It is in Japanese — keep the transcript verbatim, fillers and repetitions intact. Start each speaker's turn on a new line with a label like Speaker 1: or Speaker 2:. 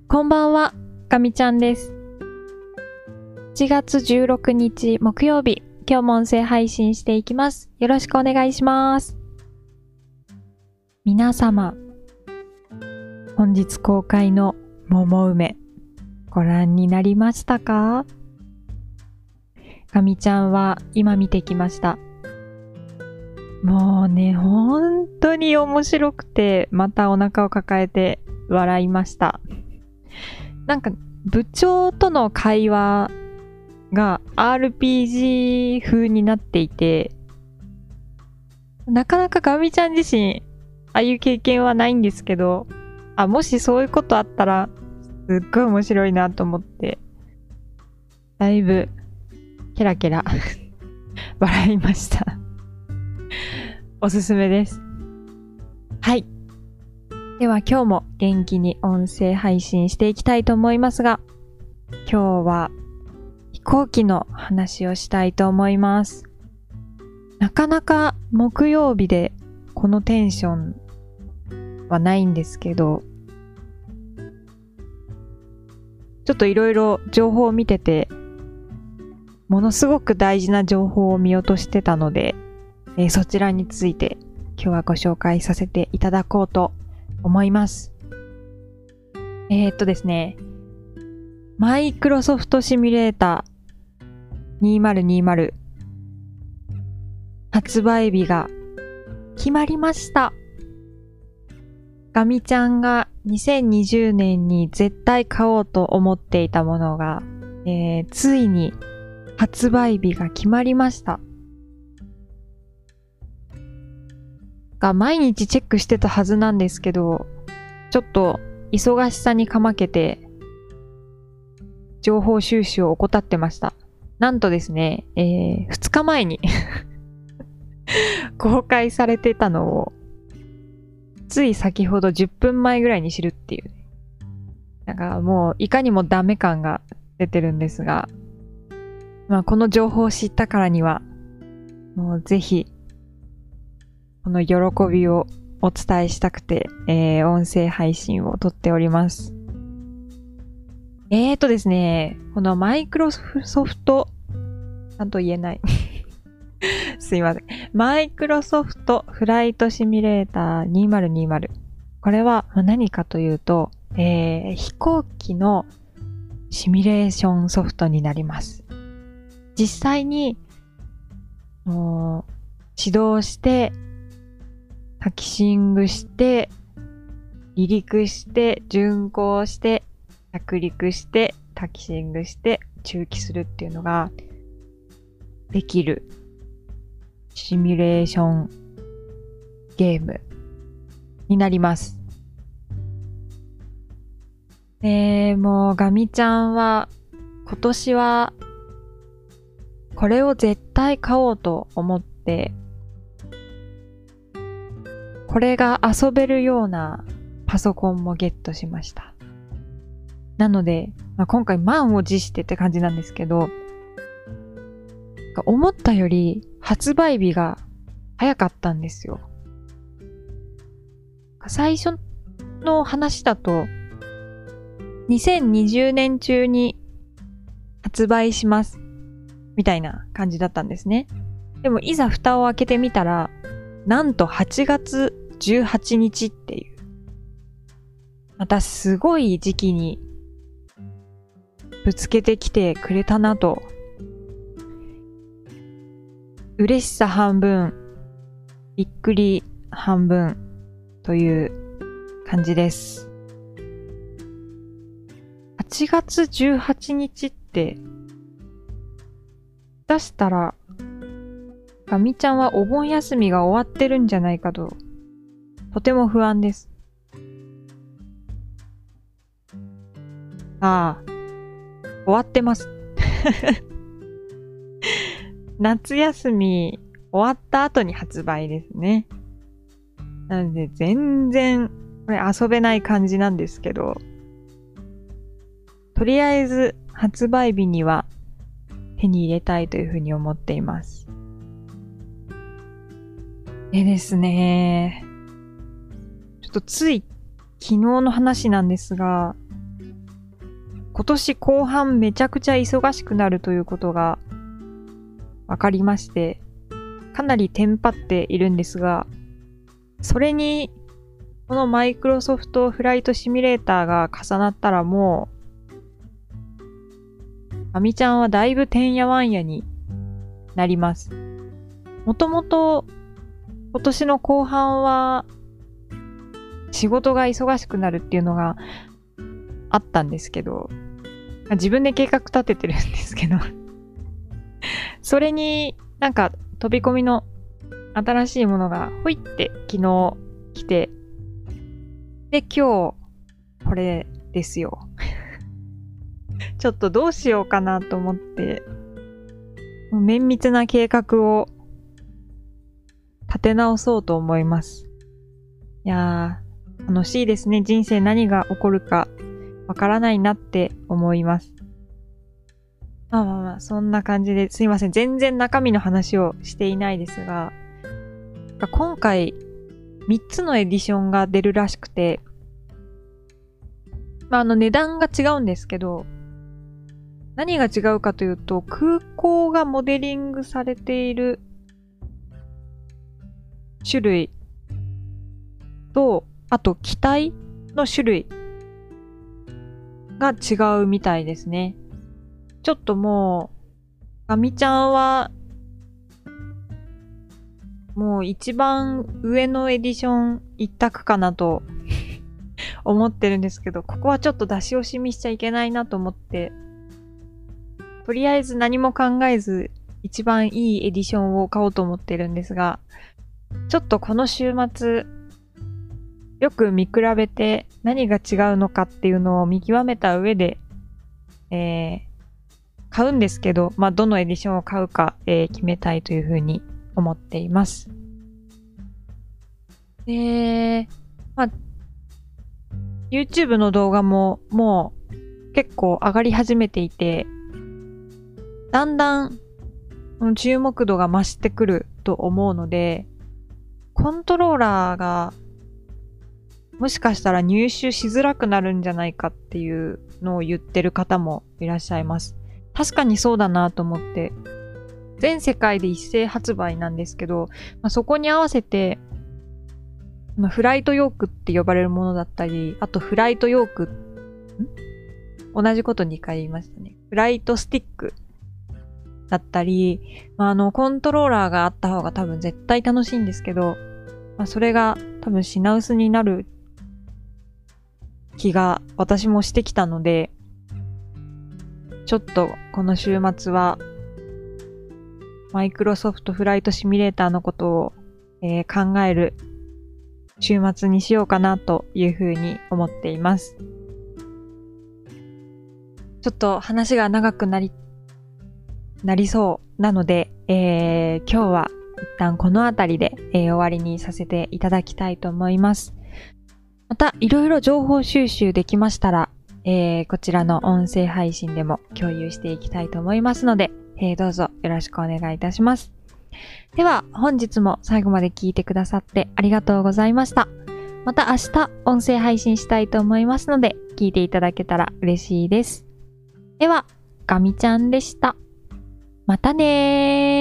Speaker 1: こんばんは、かみちゃんです。しちがつじゅうろくにち木曜日、今日も音声配信していきます。よろしくお願いします。皆様、本日公開の桃梅、ご覧になりましたか？かみちゃんは今見てきました。もうね、本当に面白くて、またお腹を抱えて笑いました。なんか部長との会話が アールピージー 風になっていて、なかなかかみちゃん自身ああいう経験はないんですけど、あ、もしそういうことあったらすっごい面白いなと思って、だいぶケラケラ笑いましたおすすめです。はい。では今日も元気に音声配信していきたいと思いますが、今日は飛行機の話をしたいと思います。なかなか木曜日でこのテンションはないんですけど、ちょっといろいろ情報を見てて、ものすごく大事な情報を見落としてたので、えー、そちらについて今日はご紹介させていただこうと思います。えー、っとですね、マイクロソフトシミュレーターにせんにじゅう発売日が決まりました。ガミちゃんがにせんにじゅうねんに絶対買おうと思っていたものが、えー、ついに発売日が決まりました。が毎日チェックしてたはずなんですけど、ちょっと忙しさにかまけて情報収集を怠ってました。なんとですね、えー、ふつかまえに公開されてたのをつい先ほどじゅっぷんまえぐらいに知るっていう。なんかもういかにもダメ感が出てるんですが、まあこの情報を知ったからにはもうぜひこの喜びをお伝えしたくて、えー、音声配信を撮っております。えーとですね、このマイクロソフト、ちゃんと言えない。すいません。マイクロソフトフライトシミュレーターにせんにじゅう。これは何かというと、えー、飛行機のシミュレーションソフトになります。実際に、指導して、タキシングして、離陸して、巡航して、着陸して、タキシングして、駐機するっていうのができるシミュレーションゲームになります。で、もうガミちゃんは今年はこれを絶対買おうと思って、これが遊べるようなパソコンもゲットしました。なので、まあ、今回満を持してって感じなんですけど、思ったより発売日が早かったんですよ。最初の話だと、にせんにじゅうねん中に発売しますみたいな感じだったんですね。でもいざ蓋を開けてみたら、なんとはちがつじゅうはちにちっていう、またすごい時期にぶつけてきてくれたなと、嬉しさ半分、びっくり半分という感じです。はちがつじゅうはちにちって出したらガミちゃんはお盆休みが終わってるんじゃないかと、とても不安です。ああ、終わってます。夏休み終わった後に発売ですね。なので全然これ遊べない感じなんですけど、とりあえず発売日には手に入れたいというふうに思っています。でですね、ちょっとつい昨日の話なんですが、 今年後半めちゃくちゃ忙しくなるということが分かりまして、かなりテンパっているんですが、それにこのマイクロソフトフライトシミュレーターが重なったらもう、あみちゃんはだいぶてんやわんやになります。もともと今年の後半は仕事が忙しくなるっていうのがあったんですけど、自分で計画立ててるんですけどそれになんか飛び込みの新しいものがほいって昨日来て、で今日これですよちょっとどうしようかなと思って、もう綿密な計画を立て直そうと思います。いやー、楽しいですね。人生何が起こるかわからないなって思います。まあまあまあ、そんな感じですいません。全然中身の話をしていないですが、今回みっつのエディションが出るらしくて、まああの値段が違うんですけど、何が違うかというと、空港がモデリングされている種類と、あと機体の種類が違うみたいですね。ちょっともう、あみちゃんは、もう一番上のエディション一択かなと思ってるんですけど、ここはちょっと出し惜しみしちゃいけないなと思って、とりあえず何も考えず一番いいエディションを買おうと思ってるんですが、ちょっとこの週末よく見比べて何が違うのかっていうのを見極めた上で、えー、買うんですけど、まあどのエディションを買うか、えー、決めたいというふうに思っています。で、まあ YouTube の動画ももう結構上がり始めていて、だんだん注目度が増してくると思うので、コントローラーがもしかしたら入手しづらくなるんじゃないかっていうのを言ってる方もいらっしゃいます。確かにそうだなと思って、全世界で一斉発売なんですけど、まあ、そこに合わせてフライトヨークって呼ばれるものだったり、あとフライトヨーク、ん同じことにかい言いましたね。フライトスティックだったり、まあ、あの、コントローラーがあった方が多分絶対楽しいんですけど、まあ、それが多分品薄になる気が私もしてきたので、ちょっとこの週末はマイクロソフトフライトシミュレーターのことを、えー、考える週末にしようかなというふうに思っています。ちょっと話が長くなりなりそうなので、えー、今日は一旦このあたりで、えー、終わりにさせていただきたいと思います。またいろいろ情報収集できましたら、えー、こちらの音声配信でも共有していきたいと思いますので、えー、どうぞよろしくお願いいたします。では本日も最後まで聞いてくださってありがとうございました。また明日音声配信したいと思いますので、聞いていただけたら嬉しいです。では、ガミちゃんでした。またねー。